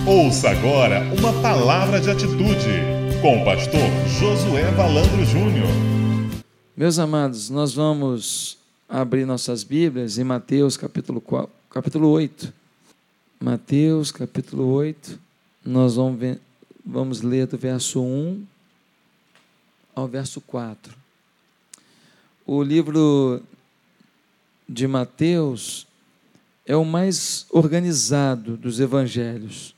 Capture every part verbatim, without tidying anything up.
Ouça agora uma palavra de atitude com o pastor Josué Valandro Júnior. Meus amados, nós vamos abrir nossas Bíblias em Mateus capítulo, quatro, capítulo oito. Mateus capítulo oito, nós vamos, ver, vamos ler do verso um ao verso quatro. O livro de Mateus é o mais organizado dos evangelhos.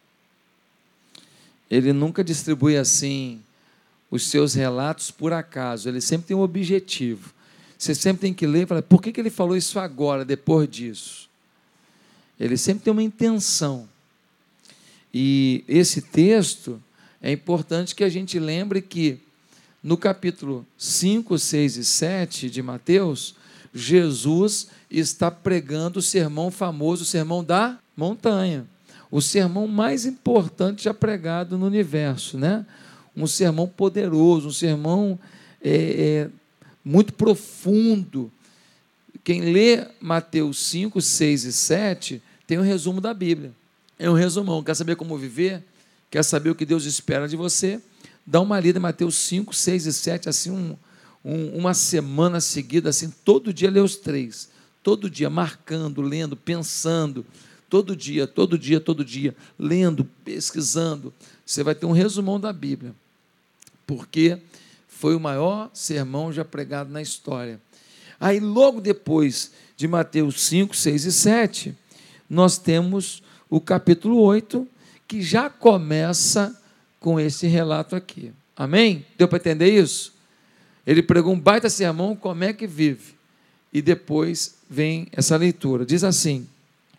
Ele nunca distribui assim os seus relatos por acaso, ele sempre tem um objetivo. Você sempre tem que ler e falar, por que, que ele falou isso agora, depois disso? Ele sempre tem uma intenção. E esse texto, é importante que a gente lembre que no capítulo cinco, seis e sete de Mateus, Jesus está pregando o sermão famoso, o sermão da montanha. O sermão mais importante já pregado no universo, né? Um sermão poderoso, um sermão é, é, muito profundo. Quem lê Mateus cinco, seis e sete tem um resumo da Bíblia. É um resumão. Quer saber como viver? Quer saber o que Deus espera de você? Dá uma lida em Mateus cinco, seis e sete, assim, um, um, uma semana seguida, assim, todo dia lê os três. Todo dia, marcando, lendo, pensando. Todo dia, todo dia, todo dia, lendo, pesquisando, você vai ter um resumão da Bíblia, porque foi o maior sermão já pregado na história. Aí, logo depois de Mateus cinco, seis e sete, nós temos o capítulo oito, que já começa com esse relato aqui. Amém? Deu para entender isso? Ele pregou um baita sermão, como é que vive? E depois vem essa leitura. Diz assim: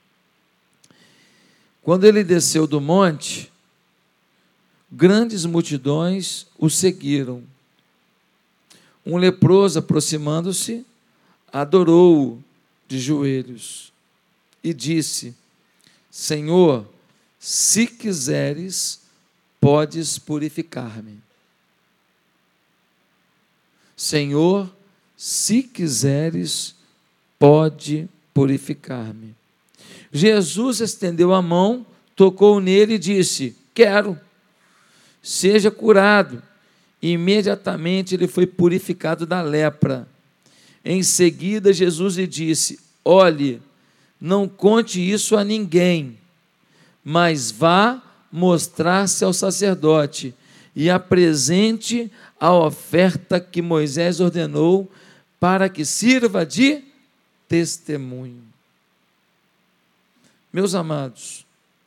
quando ele desceu do monte, grandes multidões o seguiram. Um leproso, aproximando-se, adorou-o de joelhos e disse: Senhor, se quiseres, podes purificar-me. Senhor, se quiseres, pode purificar-me. Jesus estendeu a mão, tocou nele e disse: quero, seja curado. E imediatamente ele foi purificado da lepra. Em seguida, Jesus lhe disse: olhe, não conte isso a ninguém, mas vá mostrar-se ao sacerdote e apresente a oferta que Moisés ordenou para que sirva de testemunho. Meus amados,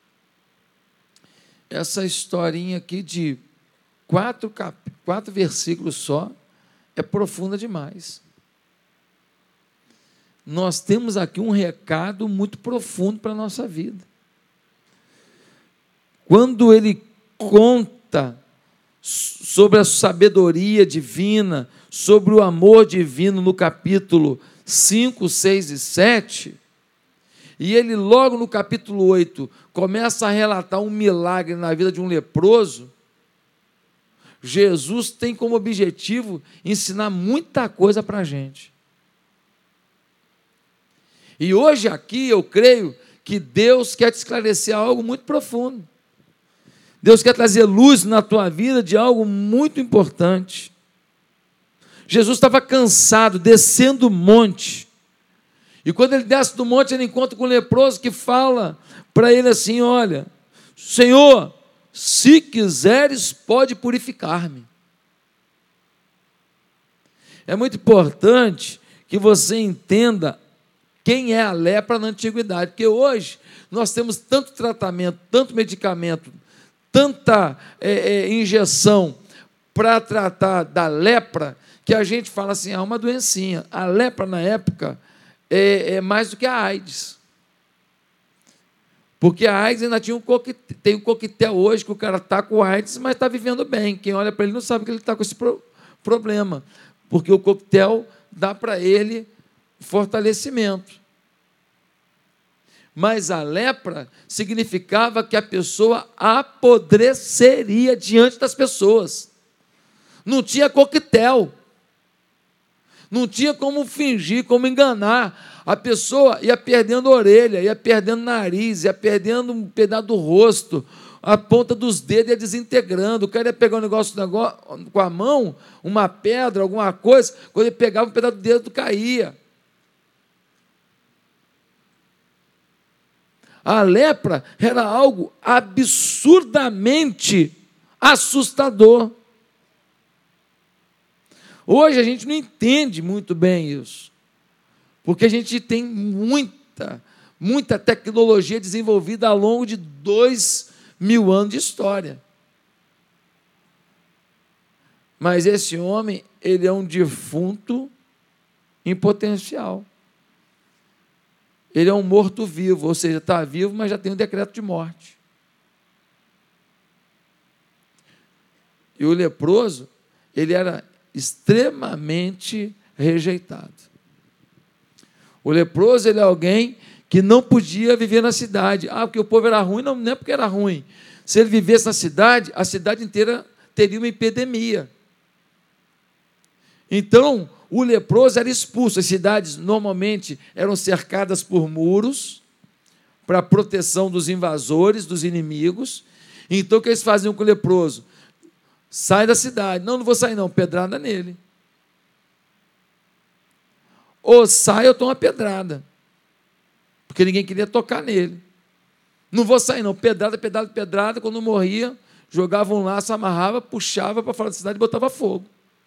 essa historinha aqui de quatro, cap... quatro versículos só é profunda demais. Nós temos aqui um recado muito profundo para a nossa vida. Quando ele conta sobre a sabedoria divina, sobre o amor divino no capítulo cinco, seis e sete, e ele logo no capítulo oito começa a relatar um milagre na vida de um leproso, Jesus tem como objetivo ensinar muita coisa para a gente. E hoje aqui eu creio que Deus quer te esclarecer algo muito profundo. Deus quer trazer luz na tua vida de algo muito importante. Jesus estava cansado, descendo o monte. E quando ele desce do monte, ele encontra com um leproso que fala para ele assim: olha, Senhor, se quiseres, pode purificar-me. É muito importante que você entenda quem é a lepra na antiguidade, porque hoje nós temos tanto tratamento, tanto medicamento, tanta é, é, injeção para tratar da lepra, que a gente fala assim, ah, uma doencinha. A lepra na época é, é mais do que a AIDS. Porque a AIDS ainda tinha um coquetel, tem um coquetel hoje que o cara está com AIDS, mas está vivendo bem. Quem olha para ele não sabe que ele está com esse pro, problema, porque o coquetel dá para ele fortalecimento. Mas a lepra significava que a pessoa apodreceria diante das pessoas. Não tinha coquetel. Não tinha como fingir, como enganar. A pessoa ia perdendo a orelha, ia perdendo o nariz, ia perdendo um pedaço do rosto, a ponta dos dedos ia desintegrando. O cara ia pegar um negócio, um negócio com a mão, uma pedra, alguma coisa, quando ele pegava um pedaço do dedo, caía. A lepra era algo absurdamente assustador. Hoje a gente não entende muito bem isso, porque a gente tem muita, muita tecnologia desenvolvida ao longo de dois mil anos de história. Mas esse homem, ele é um defunto em potencial. Ele é um morto-vivo, ou seja, está vivo, mas já tem um decreto de morte. E o leproso, ele era extremamente rejeitado. O leproso, ele é alguém que não podia viver na cidade. Ah, porque o povo era ruim? Não, não é porque era ruim. Se ele vivesse na cidade, a cidade inteira teria uma epidemia. Então, o leproso era expulso. As cidades normalmente eram cercadas por muros para proteção dos invasores, dos inimigos. Então, o que eles faziam com o leproso? Sai da cidade. Não, não vou sair não, pedrada nele. Ou sai ou toma pedrada. Porque ninguém queria tocar nele. Não vou sair não, pedrada, pedrada, pedrada. Quando morria, jogava um laço, amarrava, puxava para fora da cidade e botava fogo.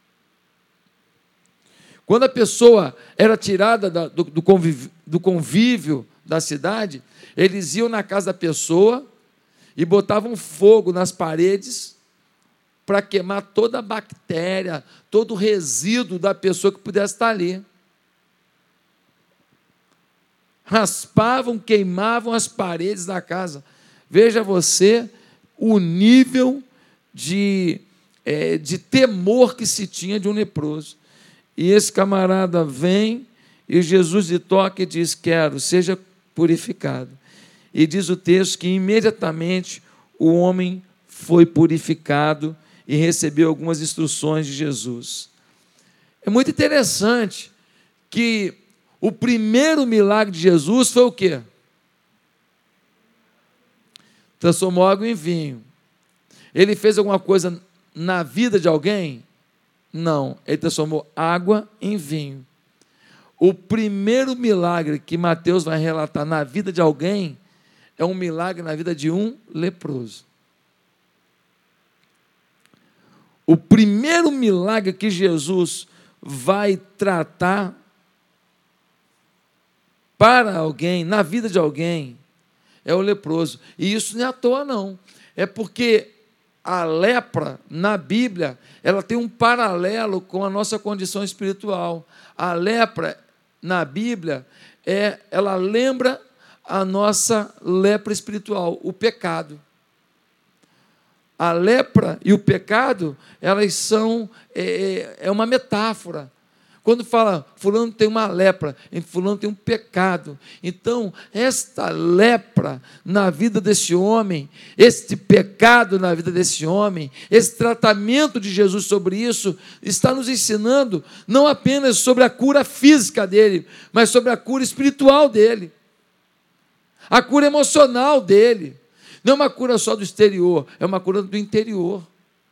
Quando a pessoa era tirada da, do, do, convívio, do convívio da cidade, eles iam na casa da pessoa e botavam fogo nas paredes para queimar toda a bactéria, todo o resíduo da pessoa que pudesse estar ali. Raspavam, queimavam as paredes da casa. Veja você o nível de, é, de temor que se tinha de um leproso. E esse camarada vem e Jesus lhe toca e diz: quero, seja purificado. E diz o texto que imediatamente o homem foi purificado e recebeu algumas instruções de Jesus. É muito interessante que o primeiro milagre de Jesus foi o quê? Transformou água em vinho. Ele fez alguma coisa na vida de alguém? Não, ele transformou água em vinho. O primeiro milagre que Mateus vai relatar na vida de alguém é um milagre na vida de um leproso. O primeiro milagre que Jesus vai tratar para alguém, na vida de alguém, é o leproso. E isso não é à toa, não. É porque a lepra, na Bíblia, ela tem um paralelo com a nossa condição espiritual. A lepra, na Bíblia, é, ela lembra a nossa lepra espiritual, o pecado. A lepra e o pecado, elas são, é, é uma metáfora. Quando fala, fulano tem uma lepra, fulano tem um pecado. Então, esta lepra na vida desse homem, este pecado na vida desse homem, esse tratamento de Jesus sobre isso, está nos ensinando não apenas sobre a cura física dele, mas sobre a cura espiritual dele, a cura emocional dele. Não é uma cura só do exterior, é uma cura do interior.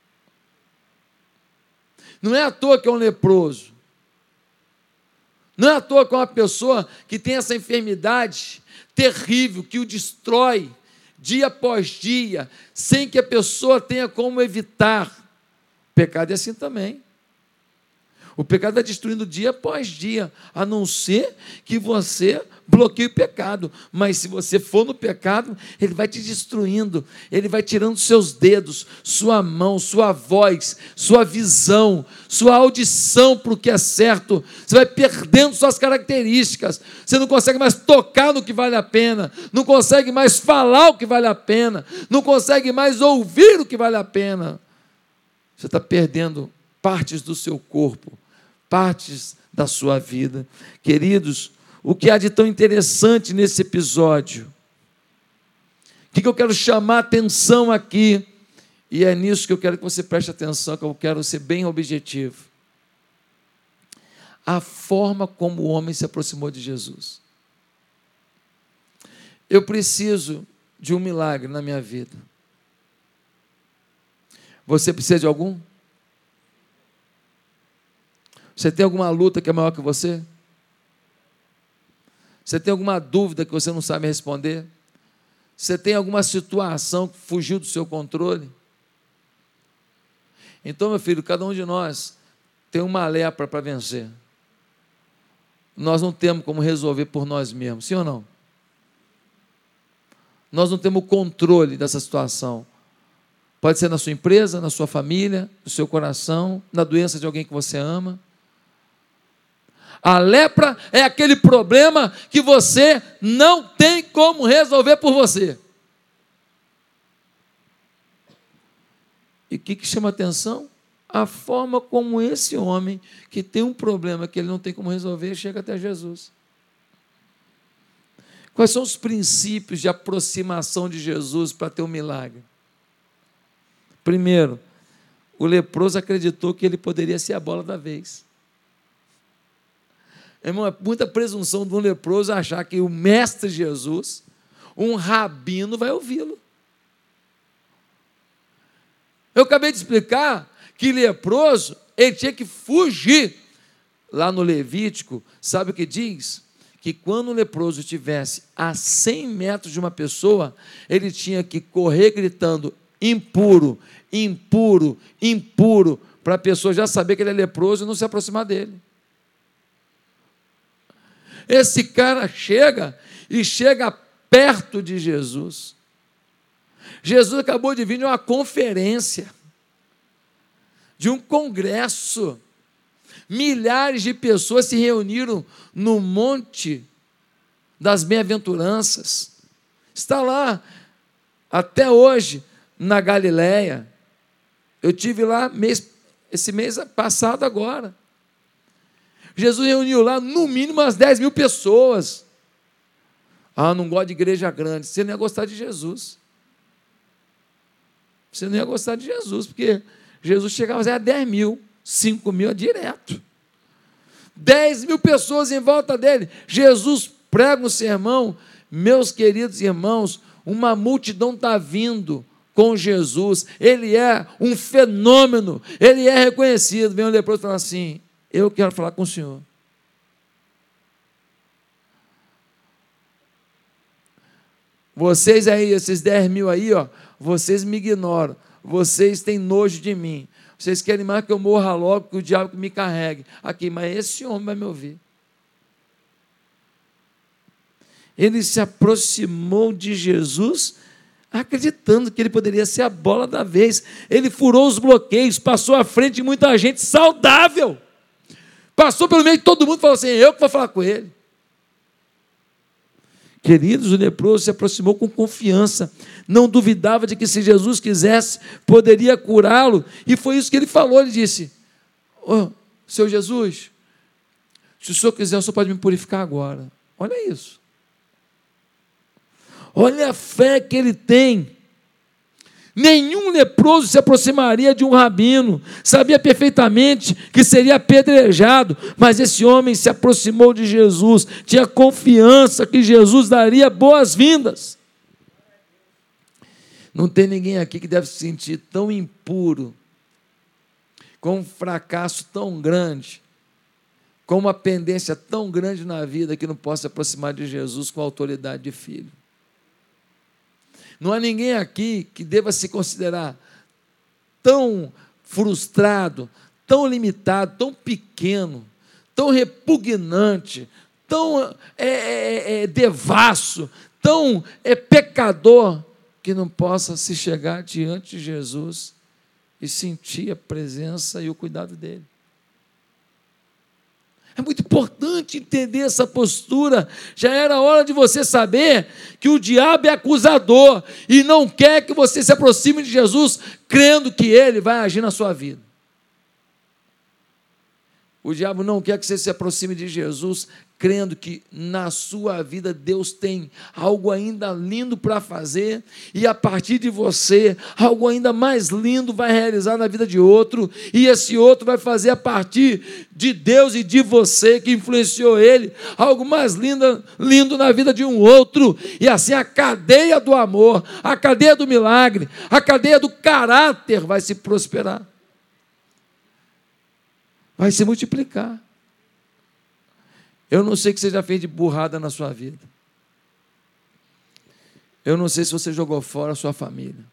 Não é à toa que é um leproso. Não é à toa que é uma pessoa que tem essa enfermidade terrível, que o destrói dia após dia, sem que a pessoa tenha como evitar. O pecado é assim também. O pecado vai destruindo dia após dia, a não ser que você bloqueie o pecado. Mas se você for no pecado, ele vai te destruindo, ele vai tirando seus dedos, sua mão, sua voz, sua visão, sua audição para o que é certo. Você vai perdendo suas características. Você não consegue mais tocar no que vale a pena, não consegue mais falar o que vale a pena, não consegue mais ouvir o que vale a pena. Você está perdendo partes do seu corpo, partes da sua vida. Queridos, o que há de tão interessante nesse episódio? O que eu quero chamar a atenção aqui? E é nisso que eu quero que você preste atenção, que eu quero ser bem objetivo. a forma como o homem se aproximou de Jesus. Eu preciso de um milagre na minha vida. Você precisa de algum? Você tem alguma luta que é maior que você? Você tem alguma dúvida que você não sabe responder? Você tem alguma situação que fugiu do seu controle? Então, meu filho, cada um de nós tem uma lepra para vencer. Nós não temos como resolver por nós mesmos, sim ou não? Nós não temos o controle dessa situação. Pode ser na sua empresa, na sua família, no seu coração, na doença de alguém que você ama. A lepra é aquele problema que você não tem como resolver por você. E o que, que chama atenção? A forma como esse homem, que tem um problema que ele não tem como resolver, chega até Jesus. Quais são os princípios de aproximação de Jesus para ter um milagre? Primeiro, o leproso acreditou que ele poderia ser a bola da vez. Irmão, é muita presunção de um leproso achar que o mestre Jesus, um rabino, vai ouvi-lo. Eu acabei de explicar que leproso, ele tinha que fugir. Lá no Levítico, sabe o que diz? Que quando o leproso estivesse a cem metros de uma pessoa, ele tinha que correr gritando, impuro, impuro, impuro, para a pessoa já saber que ele é leproso e não se aproximar dele. Esse cara chega e chega perto de Jesus. Jesus acabou de vir de uma conferência, de um congresso. Milhares de pessoas se reuniram no Monte das Bem-aventuranças. Está lá, até hoje, na Galileia. Eu estive lá mês, esse mês passado agora. Jesus reuniu lá, no mínimo, umas dez mil pessoas. Ah, não gosto de igreja grande. Você não ia gostar de Jesus. Você não ia gostar de Jesus, porque Jesus chegava a dez mil, cinco mil é direto. dez mil pessoas em volta dele. Jesus prega um sermão. Meus queridos irmãos, uma multidão está vindo com Jesus. Ele é um fenômeno. Ele é reconhecido. Vem um leproso e fala assim, eu quero falar com o senhor. Vocês aí, esses dez mil aí, ó, vocês me ignoram. Vocês têm nojo de mim. Vocês querem mais que eu morra logo, que o diabo me carregue. Aqui, mas esse homem vai me ouvir. Ele se aproximou de Jesus, acreditando que ele poderia ser a bola da vez. Ele furou os bloqueios, passou à frente de muita gente saudável. Passou pelo meio de todo mundo e falou assim, eu que vou falar com ele. Queridos, o leproso se aproximou com confiança, não duvidava de que se Jesus quisesse, poderia curá-lo, e foi isso que ele falou, ele disse, oh, seu Jesus, se o senhor quiser, o senhor pode me purificar agora. Olha isso. Olha a fé que ele tem. Nenhum leproso se aproximaria de um rabino, sabia perfeitamente que seria apedrejado, mas esse homem se aproximou de Jesus, tinha confiança que Jesus daria boas-vindas. Não tem ninguém aqui que deve se sentir tão impuro, com um fracasso tão grande, com uma pendência tão grande na vida, que não possa se aproximar de Jesus com a autoridade de filho. Não há ninguém aqui que deva se considerar tão frustrado, tão limitado, tão pequeno, tão repugnante, tão é, é, é, devasso, tão é, pecador, que não possa se chegar diante de Jesus e sentir a presença e o cuidado dele. É muito importante entender essa postura. Já era hora de você saber que o diabo é acusador e não quer que você se aproxime de Jesus crendo que ele vai agir na sua vida. O diabo não quer que você se aproxime de Jesus crendo que na sua vida Deus tem algo ainda lindo para fazer, e a partir de você, algo ainda mais lindo vai realizar na vida de outro, e esse outro vai fazer a partir de Deus e de você, que influenciou ele, algo mais lindo, lindo na vida de um outro, e assim a cadeia do amor, a cadeia do milagre, a cadeia do caráter vai se prosperar, vai se multiplicar. Eu não sei o que você já fez de burrada na sua vida. Eu não sei se você jogou fora a sua família.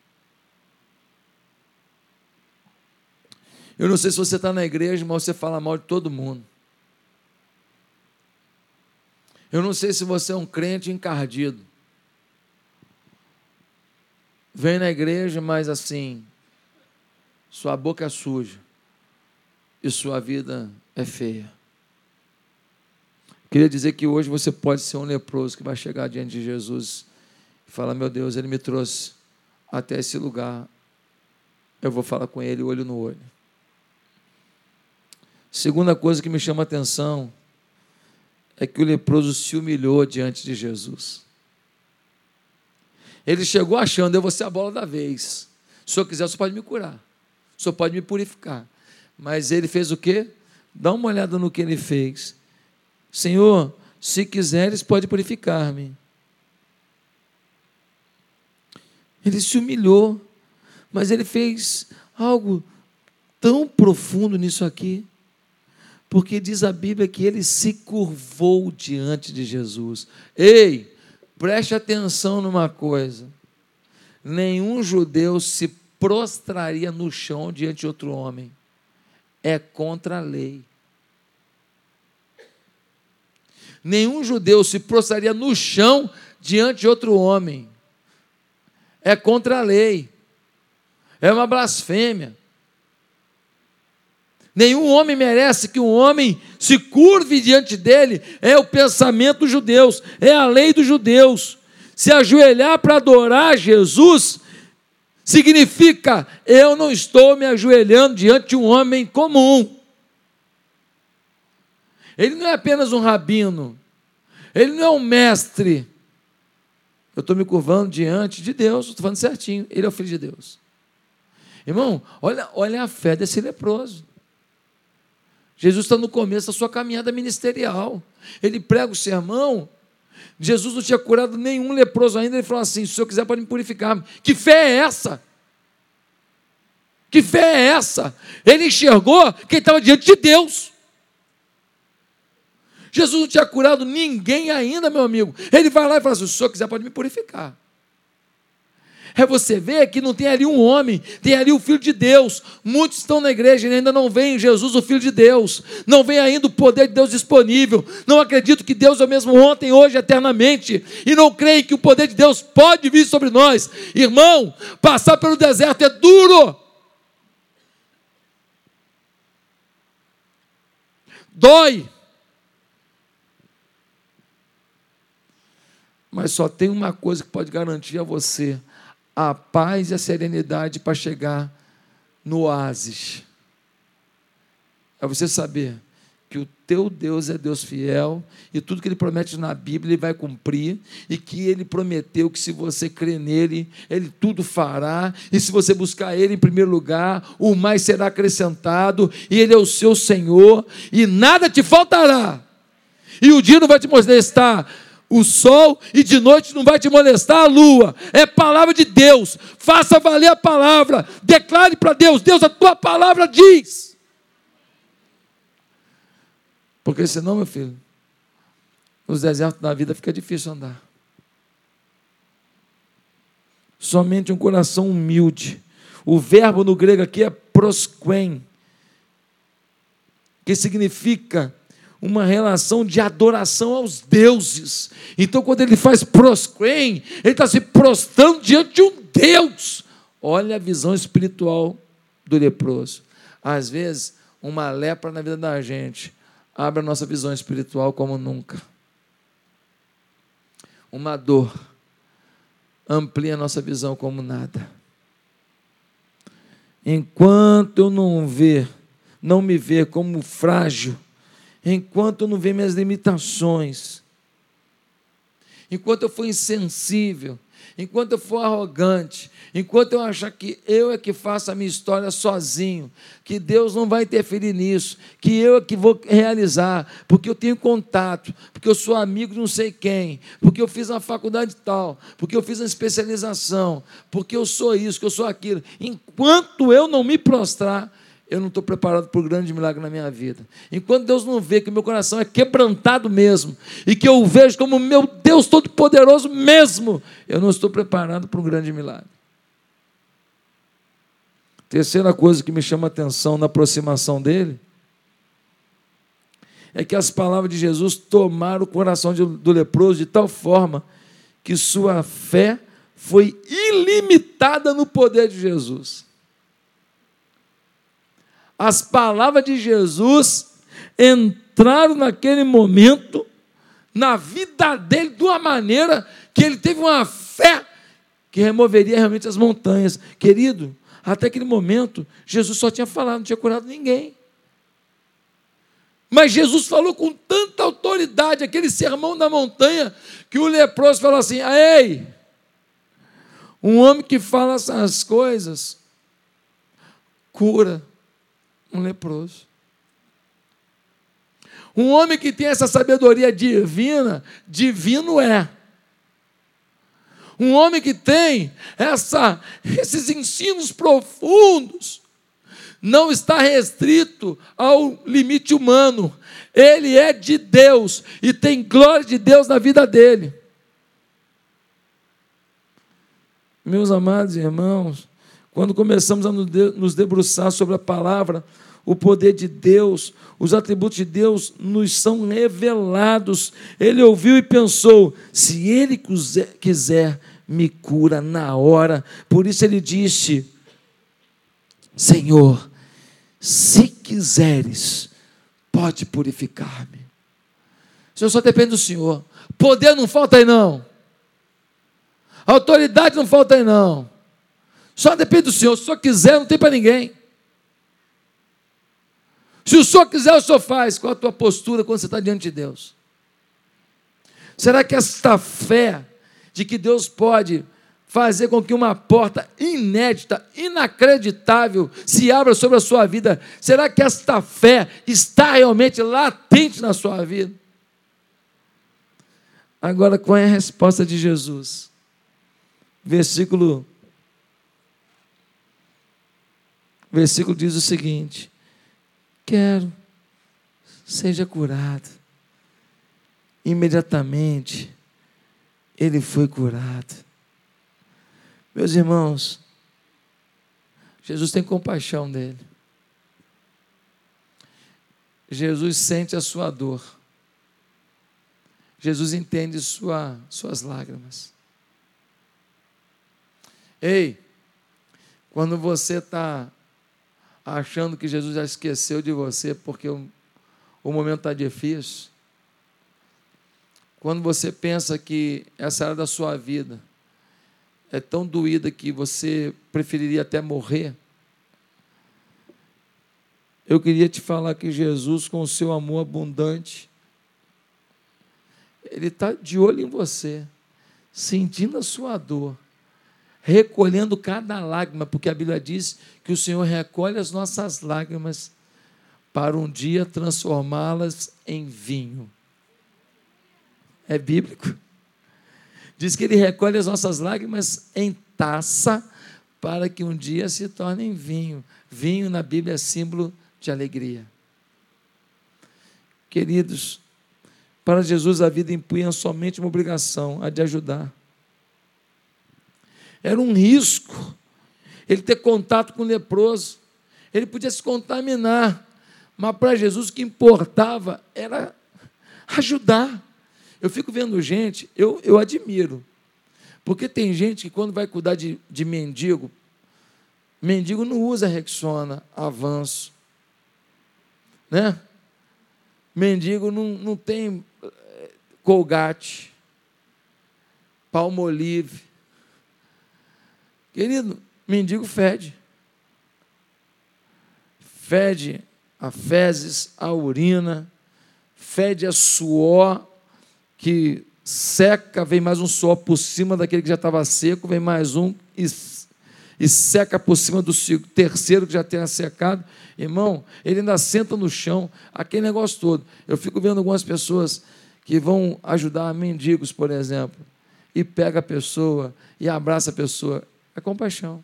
Eu não sei se você está na igreja, mas você fala mal de todo mundo. Eu não sei se você é um crente encardido. Vem na igreja, mas assim, sua boca é suja e sua vida é feia. Queria dizer que hoje você pode ser um leproso que vai chegar diante de Jesus e falar: meu Deus, Ele me trouxe até esse lugar, eu vou falar com Ele olho no olho. Segunda coisa que me chama a atenção é que o leproso se humilhou diante de Jesus. Ele chegou achando: eu vou ser a bola da vez, se o Senhor quiser, o Senhor pode me curar, o Senhor pode me purificar. Mas ele fez o quê? Dá uma olhada no que ele fez. Senhor, se quiseres, pode purificar-me. Ele se humilhou, mas ele fez algo tão profundo nisso aqui, porque diz a Bíblia que ele se curvou diante de Jesus. Ei, preste atenção numa coisa: nenhum judeu se prostraria no chão diante de outro homem, é contra a lei. Nenhum judeu se prostraria no chão diante de outro homem, é contra a lei, é uma blasfêmia. Nenhum homem merece que um homem se curve diante dele, é o pensamento dos judeus, é a lei dos judeus. Se ajoelhar para adorar Jesus significa: eu não estou me ajoelhando diante de um homem comum. Ele não é apenas um rabino, ele não é um mestre. Eu estou me curvando diante de Deus, estou falando certinho, ele é o Filho de Deus. Irmão, olha, olha a fé desse leproso. Jesus está no começo da sua caminhada ministerial, ele prega o sermão. Jesus não tinha curado nenhum leproso ainda, ele falou assim: se o Senhor quiser pode me purificar. Que fé é essa? Que fé é essa? Ele enxergou quem estava diante de Deus. Jesus não tinha curado ninguém ainda, meu amigo. Ele vai lá e fala assim: se o Senhor quiser pode me purificar. É você ver que não tem ali um homem, tem ali o Filho de Deus. Muitos estão na igreja e ainda não veem Jesus, o Filho de Deus. Não vem ainda o poder de Deus disponível. Não acreditam que Deus é o mesmo ontem, hoje, eternamente. E não creem que o poder de Deus pode vir sobre nós. Irmão, passar pelo deserto é duro. Dói. Mas só tem uma coisa que pode garantir a você a paz e a serenidade para chegar no oásis. É você saber que o teu Deus é Deus fiel e tudo que Ele promete na Bíblia Ele vai cumprir, e que Ele prometeu que se você crer nele, Ele tudo fará, e se você buscar Ele em primeiro lugar, o mais será acrescentado, e Ele é o seu Senhor, e nada te faltará, e o dia não vai te molestar o sol, e de noite não vai te molestar a lua. É palavra de Deus. Faça valer a palavra, declare para Deus: Deus, a tua palavra diz. Porque senão, meu filho, nos desertos da vida fica difícil andar. Somente um coração humilde. O verbo no grego aqui é prosquen, que significa uma relação de adoração aos deuses. Então, quando ele faz prosquen, ele está se prostrando diante de um Deus. Olha a visão espiritual do leproso. Às vezes, uma lepra na vida da gente abre a nossa visão espiritual como nunca. Uma dor amplia a nossa visão como nada. Enquanto eu não ver, não me ver como frágil, enquanto eu não ver minhas limitações, enquanto eu for insensível, enquanto eu for arrogante, enquanto eu achar que eu é que faço a minha história sozinho, que Deus não vai interferir nisso, que eu é que vou realizar, porque eu tenho contato, porque eu sou amigo de não sei quem, porque eu fiz uma faculdade tal, porque eu fiz uma especialização, porque eu sou isso, que eu sou aquilo. Enquanto eu não me prostrar, eu não estou preparado para o grande milagre na minha vida. Enquanto Deus não vê que o meu coração é quebrantado mesmo, e que eu o vejo como meu Deus Todo-Poderoso mesmo, eu não estou preparado para um grande milagre. Terceira coisa que me chama a atenção na aproximação dele, é que as palavras de Jesus tomaram o coração do leproso de tal forma que sua fé foi ilimitada no poder de Jesus. As palavras de Jesus entraram naquele momento na vida dele de uma maneira que ele teve uma fé que removeria realmente as montanhas. Querido, até aquele momento, Jesus só tinha falado, não tinha curado ninguém. Mas Jesus falou com tanta autoridade, aquele sermão da montanha, que o leproso falou assim: ei, um homem que fala essas coisas, cura um leproso. Um homem que tem essa sabedoria divina, divino é. Um homem que tem essa, esses ensinos profundos, não está restrito ao limite humano. Ele é de Deus e tem glória de Deus na vida dele. Meus amados irmãos, quando começamos a nos debruçar sobre a palavra, o poder de Deus, os atributos de Deus nos são revelados. Ele ouviu e pensou: se Ele quiser, me cura na hora. Por isso ele disse: Senhor, se quiseres, pode purificar-me. Senhor, só depende do Senhor. Poder não falta aí não. Autoridade não falta aí não. Só depende do Senhor. Se o Senhor quiser, não tem para ninguém. Se o Senhor quiser, o Senhor faz. Qual a tua postura quando você está diante de Deus? Será que esta fé de que Deus pode fazer com que uma porta inédita, inacreditável, se abra sobre a sua vida, será que esta fé está realmente latente na sua vida? Agora, qual é a resposta de Jesus? Versículo Versículo diz o seguinte: quero, seja curado. Imediatamente, ele foi curado. Meus irmãos, Jesus tem compaixão dele. Jesus sente a sua dor. Jesus entende sua, suas lágrimas. Ei, quando você está achando que Jesus já esqueceu de você porque o, o momento está difícil, quando você pensa que essa área da sua vida é tão doída que você preferiria até morrer, eu queria te falar que Jesus, com o seu amor abundante, Ele está de olho em você, sentindo a sua dor, recolhendo cada lágrima, porque a Bíblia diz que o Senhor recolhe as nossas lágrimas para um dia transformá-las em vinho. É bíblico. Diz que Ele recolhe as nossas lágrimas em taça para que um dia se tornem vinho. Vinho na Bíblia é símbolo de alegria. Queridos, para Jesus a vida impunha somente uma obrigação, a de ajudar. Era um risco ele ter contato com o leproso. Ele podia se contaminar, mas para Jesus o que importava era ajudar. Eu fico vendo gente, eu, eu admiro, porque tem gente que quando vai cuidar de, de mendigo, mendigo não usa Rexona, Avanço, né? Mendigo não, não tem Colgate, Palmolive. Querido, mendigo fede. Fede a fezes, a urina, fede a suor, que seca, vem mais um suor por cima daquele que já estava seco, vem mais um e, e seca por cima do terceiro que já tenha secado. Irmão, ele ainda senta no chão, aquele negócio todo. Eu fico vendo algumas pessoas que vão ajudar mendigos, por exemplo, e pega a pessoa e abraça a pessoa. É compaixão.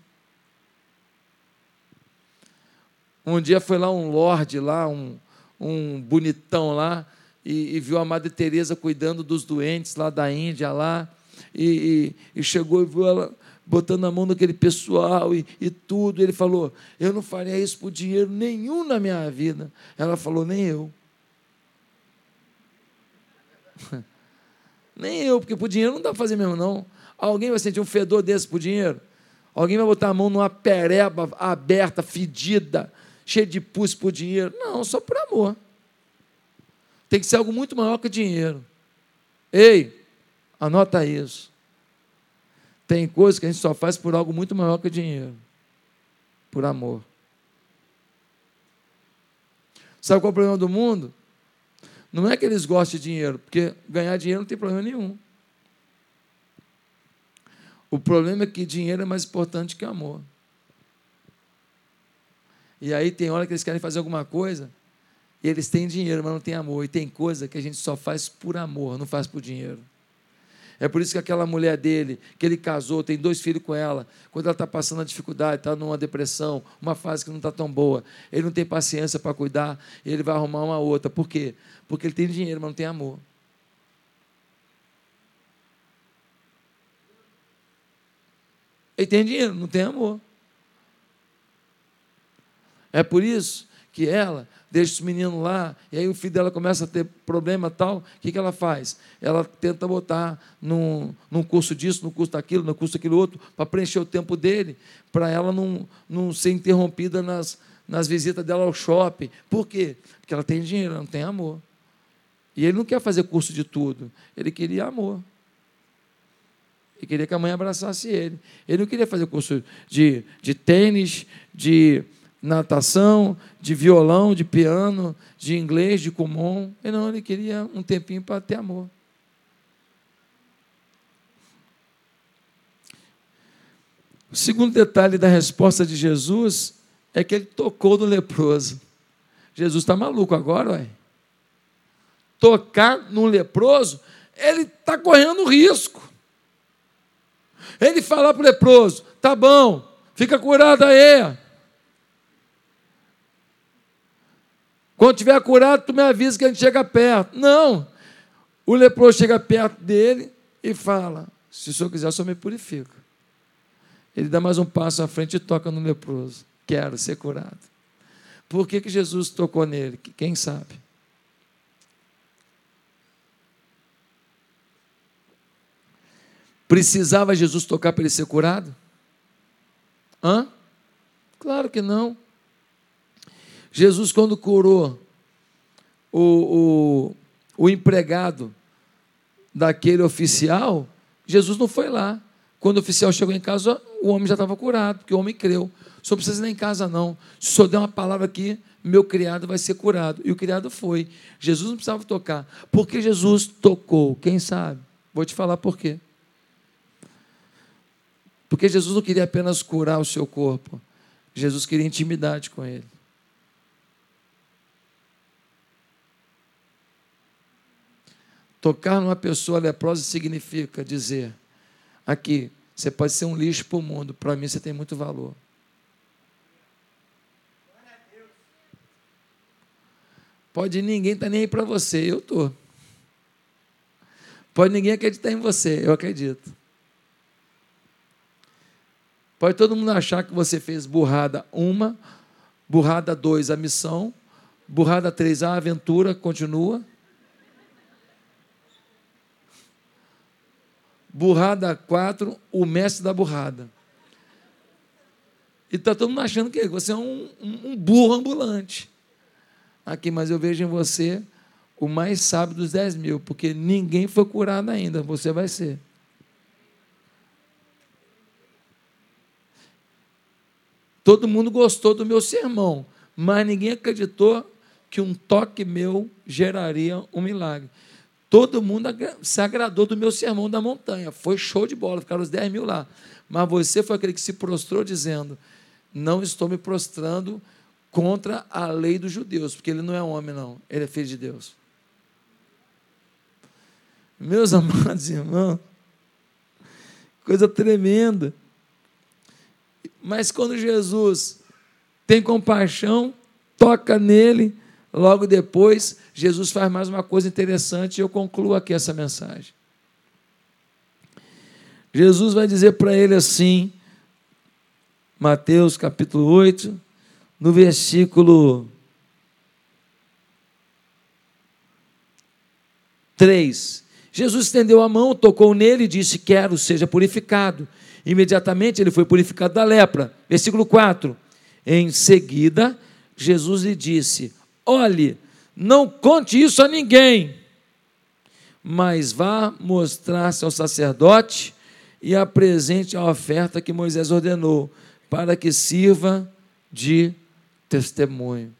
Um dia foi lá um lorde, lá, um, um bonitão lá, e, e viu a Madre Teresa cuidando dos doentes lá da Índia, lá, e, e, e chegou e viu ela botando a mão naquele pessoal e, e tudo. Ele falou, eu não faria isso por dinheiro nenhum na minha vida. Ela falou, nem eu. Nem eu, porque por dinheiro não dá para fazer mesmo, não. Alguém vai sentir um fedor desse por dinheiro? Alguém vai botar a mão numa pereba aberta, fedida, cheia de pus por dinheiro? Não, só por amor. Tem que ser algo muito maior que dinheiro. Ei, anota isso. Tem coisas que a gente só faz por algo muito maior que dinheiro. Por amor. Sabe qual é o problema do mundo? Não é que eles gostem de dinheiro, porque ganhar dinheiro não tem problema nenhum. O problema é que dinheiro é mais importante que amor. E aí tem hora que eles querem fazer alguma coisa, e eles têm dinheiro, mas não têm amor. E tem coisa que a gente só faz por amor, não faz por dinheiro. É por isso que aquela mulher dele, que ele casou, tem dois filhos com ela, quando ela está passando a dificuldade, está numa depressão, uma fase que não está tão boa, ele não tem paciência para cuidar, e ele vai arrumar uma outra. Por quê? Porque ele tem dinheiro, mas não tem amor. Ele tem dinheiro, não tem amor. É por isso que ela deixa os meninos lá, e aí o filho dela começa a ter problema tal, o que, que ela faz? Ela tenta botar num, num curso disso, num curso daquilo, num curso daquilo outro, para preencher o tempo dele, para ela não, não ser interrompida nas, nas visitas dela ao shopping. Por quê? Porque ela tem dinheiro, ela não tem amor. E ele não quer fazer curso de tudo, ele queria amor. Ele queria que a mãe abraçasse ele. Ele não queria fazer curso de, de tênis, de natação, de violão, de piano, de inglês, de Kumon. Ele não, ele queria um tempinho para ter amor. O segundo detalhe da resposta de Jesus é que ele tocou no leproso. Jesus está maluco agora, ué. Tocar num leproso, ele está correndo risco. Ele falar para o leproso, tá bom, fica curado aí. Quando tiver curado, tu me avisa que a gente chega perto. Não. O leproso chega perto dele e fala, se o senhor quiser, o senhor me purifica. Ele dá mais um passo à frente e toca no leproso. Quero ser curado. Por que que Jesus tocou nele? Quem sabe? Precisava Jesus tocar para ele ser curado? Hã? Claro que não. Jesus, quando curou o, o, o empregado daquele oficial, Jesus não foi lá. Quando o oficial chegou em casa, o homem já estava curado, porque o homem creu. O senhor não precisa ir em casa, não. Se o senhor der uma palavra aqui, meu criado vai ser curado. E o criado foi. Jesus não precisava tocar. Por que Jesus tocou? Quem sabe? Vou te falar por quê. Porque Jesus não queria apenas curar o seu corpo. Jesus queria intimidade com ele. Tocar numa pessoa leprosa significa dizer, aqui, você pode ser um lixo para o mundo, para mim você tem muito valor. Pode ninguém estar nem aí para você, eu estou. Pode ninguém acreditar em você, eu acredito. Pode todo mundo achar que você fez burrada uma, burrada dois, a missão, burrada três, a aventura, continua. Burrada quatro, o mestre da burrada. E está todo mundo achando que você é um, um, um burro ambulante. Aqui, mas eu vejo em você o mais sábio dos dez mil, porque ninguém foi curado ainda, você vai ser. Todo mundo gostou do meu sermão, mas ninguém acreditou que um toque meu geraria um milagre. Todo mundo se agradou do meu sermão da montanha. Foi show de bola, ficaram os dez mil lá. Mas você foi aquele que se prostrou dizendo: não estou me prostrando contra a lei dos judeus, porque ele não é homem, não. Ele é filho de Deus. Meus amados irmãos, coisa tremenda. Mas quando Jesus tem compaixão, toca nele, logo depois, Jesus faz mais uma coisa interessante e eu concluo aqui essa mensagem. Jesus vai dizer para ele assim, Mateus capítulo oito, no versículo três. Jesus estendeu a mão, tocou nele e disse: quero, seja purificado. Imediatamente ele foi purificado da lepra. Versículo quatro. Em seguida, Jesus lhe disse: olhe, não conte isso a ninguém, mas vá mostrar-se ao sacerdote e apresente a oferta que Moisés ordenou, para que sirva de testemunho.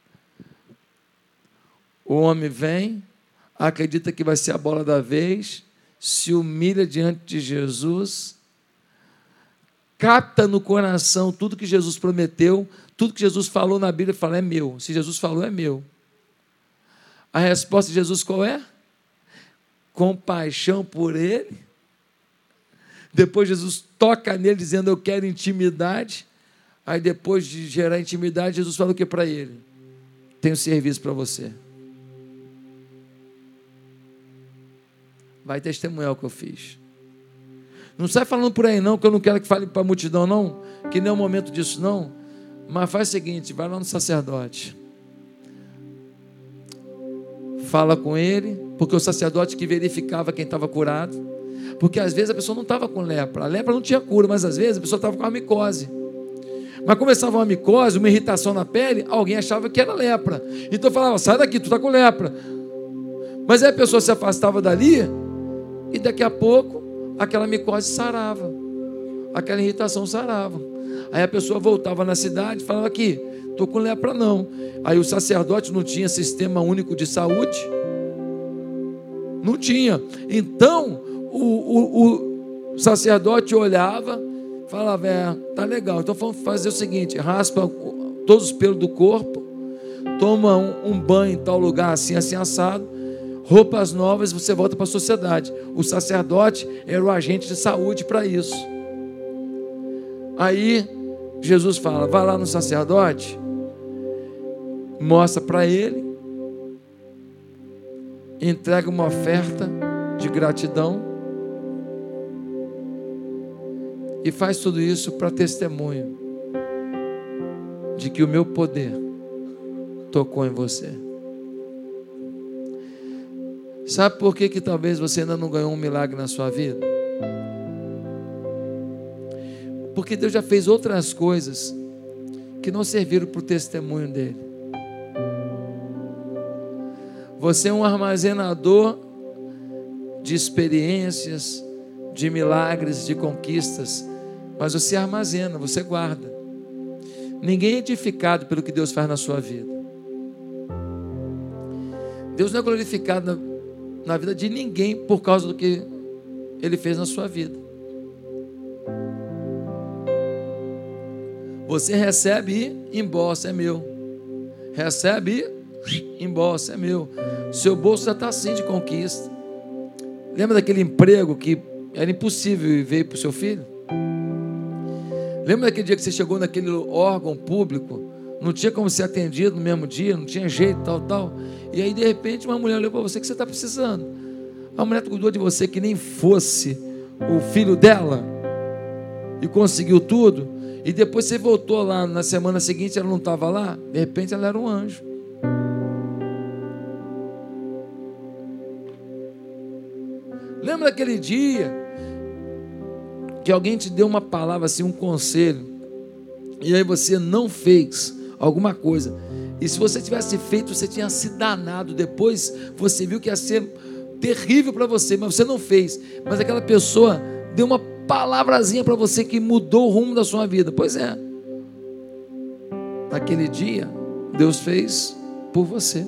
O homem vem, acredita que vai ser a bola da vez, se humilha diante de Jesus, capta no coração tudo que Jesus prometeu, tudo que Jesus falou na Bíblia, fala: é meu. Se Jesus falou, é meu. A resposta de Jesus qual é? Compaixão por ele. Depois Jesus toca nele dizendo: eu quero intimidade. Aí depois de gerar intimidade, Jesus fala o que para ele? Tenho serviço para você. Vai testemunhar o que eu fiz. Não sai falando por aí não, que eu não quero que fale para a multidão não, que não é o momento disso não, mas faz o seguinte, vai lá no sacerdote, fala com ele, porque o sacerdote que verificava quem estava curado, porque às vezes a pessoa não estava com lepra, a lepra não tinha cura, mas às vezes a pessoa estava com uma micose, mas começava uma micose, uma irritação na pele, alguém achava que era lepra, então falava: sai daqui, tu está com lepra. Mas aí a pessoa se afastava dali, e daqui a pouco aquela micose sarava, aquela irritação sarava. Aí a pessoa voltava na cidade e falava: aqui, estou com lepra não. Aí o sacerdote não tinha sistema único de saúde, não tinha. Então o, o, o sacerdote olhava, falava: é, tá legal, então vamos fazer o seguinte, raspa todos os pelos do corpo, toma um, um banho em tal lugar assim, assim assado, roupas novas, você volta para a sociedade. O sacerdote era o agente de saúde para isso. Aí Jesus fala: vai lá no sacerdote, mostra para ele, entrega uma oferta de gratidão e faz tudo isso para testemunho de que o meu poder tocou em você. Sabe por que que talvez você ainda não ganhou um milagre na sua vida? Porque Deus já fez outras coisas que não serviram para o testemunho dele. Você é um armazenador de experiências, de milagres, de conquistas, mas você armazena, você guarda. Ninguém é edificado pelo que Deus faz na sua vida. Deus não é glorificado na na vida de ninguém por causa do que ele fez na sua vida. Você recebe e embolsa, é meu. Recebe e embolsa, é meu. Seu bolso já está assim de conquista. Lembra daquele emprego que era impossível e veio para o seu filho? Lembra daquele dia que você chegou naquele órgão público, não tinha como ser atendido no mesmo dia, não tinha jeito, tal, tal. E aí, de repente, uma mulher olhou para você que você está precisando. A mulher cuidou de você que nem fosse o filho dela e conseguiu tudo. E depois você voltou lá, na semana seguinte ela não estava lá, de repente ela era um anjo. Lembra daquele dia que alguém te deu uma palavra assim, um conselho, e aí você não fez alguma coisa, e se você tivesse feito, você tinha se danado, depois você viu que ia ser terrível para você, mas você não fez, mas aquela pessoa deu uma palavrazinha para você que mudou o rumo da sua vida. Pois é, naquele dia Deus fez por você.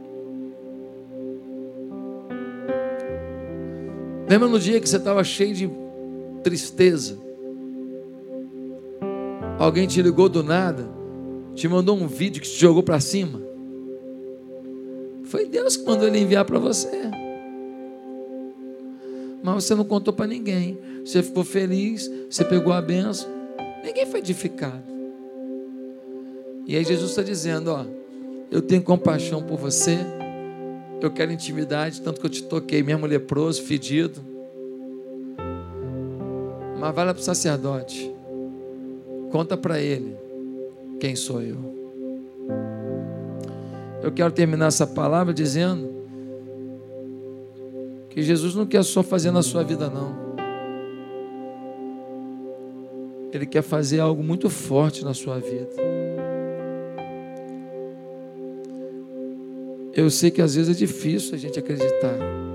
Lembra no dia que você estava cheio de tristeza? Alguém te ligou do nada, te mandou um vídeo que te jogou para cima? Foi Deus que mandou ele enviar para você. Mas você não contou para ninguém. Você ficou feliz, você pegou a bênção. Ninguém foi edificado. E aí Jesus está dizendo, ó, eu tenho compaixão por você. Eu quero intimidade, tanto que eu te toquei mesmo leproso, fedido. Mas vai lá para o sacerdote. Conta para ele quem sou eu. Eu quero terminar essa palavra dizendo que Jesus não quer só fazer na sua vida, não. Ele quer fazer algo muito forte na sua vida. Eu sei que às vezes é difícil a gente acreditar,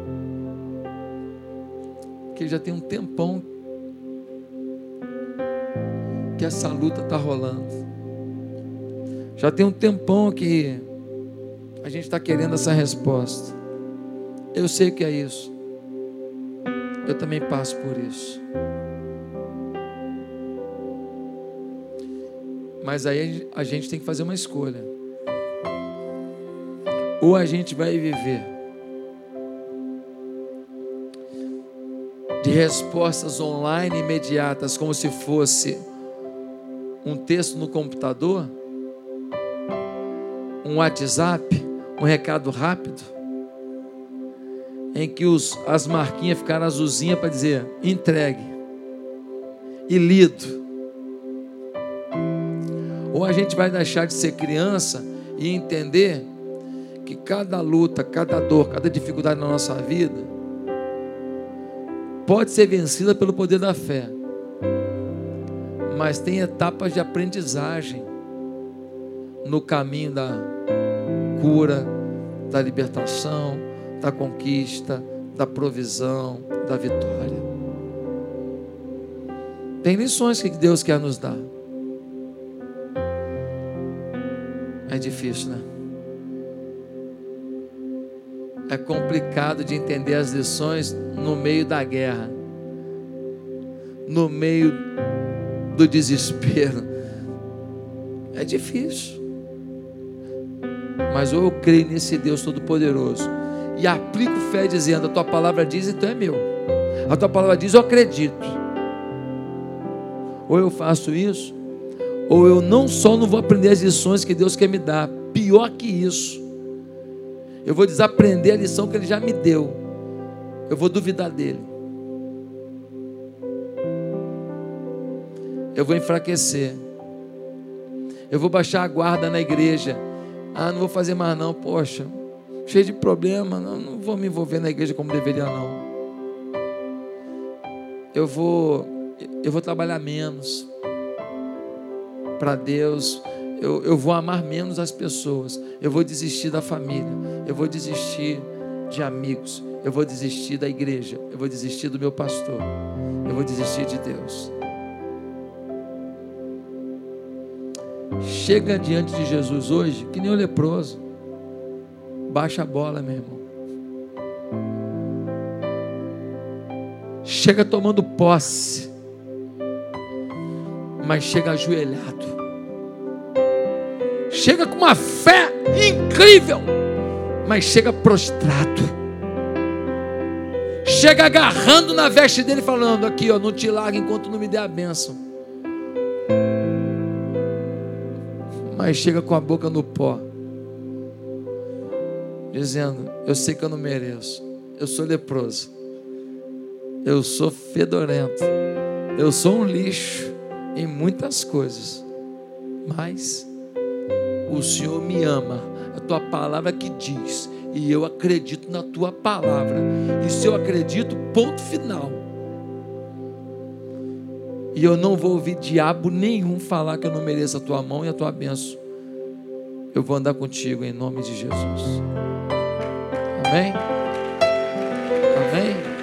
porque já tem um tempão que essa luta está rolando. Já tem um tempão que a gente está querendo essa resposta. Eu sei que é isso. Eu também passo por isso. Mas aí a gente tem que fazer uma escolha. Ou a gente vai viver de respostas online imediatas, como se fosse um texto no computador, um WhatsApp, um recado rápido, em que os, as marquinhas ficaram azulzinhas para dizer entregue e lido. Ou a gente vai deixar de ser criança e entender que cada luta, cada dor, cada dificuldade na nossa vida pode ser vencida pelo poder da fé, mas tem etapas de aprendizagem no caminho da cura, da libertação, da conquista, da provisão, da vitória. Tem lições que Deus quer nos dar. É difícil, né? É complicado de entender as lições no meio da guerra, no meio do desespero. É difícil. Mas ou eu creio nesse Deus Todo-Poderoso e aplico fé dizendo, a tua palavra diz, então é meu. A tua palavra diz, eu acredito. Ou eu faço isso, ou eu não só não vou aprender as lições que Deus quer me dar, pior que isso, eu vou desaprender a lição que Ele já me deu. Eu vou duvidar dEle. Eu vou enfraquecer. Eu vou baixar a guarda na igreja. Ah, não vou fazer mais não, poxa, cheio de problema, não, não vou me envolver na igreja como deveria não. Eu vou, eu vou trabalhar menos para Deus. Eu, eu vou amar menos as pessoas. Eu vou desistir da família. Eu vou desistir de amigos. Eu vou desistir da igreja. Eu vou desistir do meu pastor. Eu vou desistir de Deus. Chega diante de Jesus hoje, que nem o leproso. Baixa a bola, meu irmão. Chega tomando posse, mas chega ajoelhado. Chega com uma fé incrível, mas chega prostrado. Chega agarrando na veste dele, falando aqui, ó, não te larga enquanto não me der a bênção. Mas chega com a boca no pó, dizendo, eu sei que eu não mereço, eu sou leproso, eu sou fedorento, eu sou um lixo em muitas coisas, mas o Senhor me ama, a tua palavra que diz, e eu acredito na tua palavra, e se eu acredito, ponto final, e eu não vou ouvir diabo nenhum falar que eu não mereço a tua mão e a tua bênção. Eu vou andar contigo em nome de Jesus. Amém? Amém?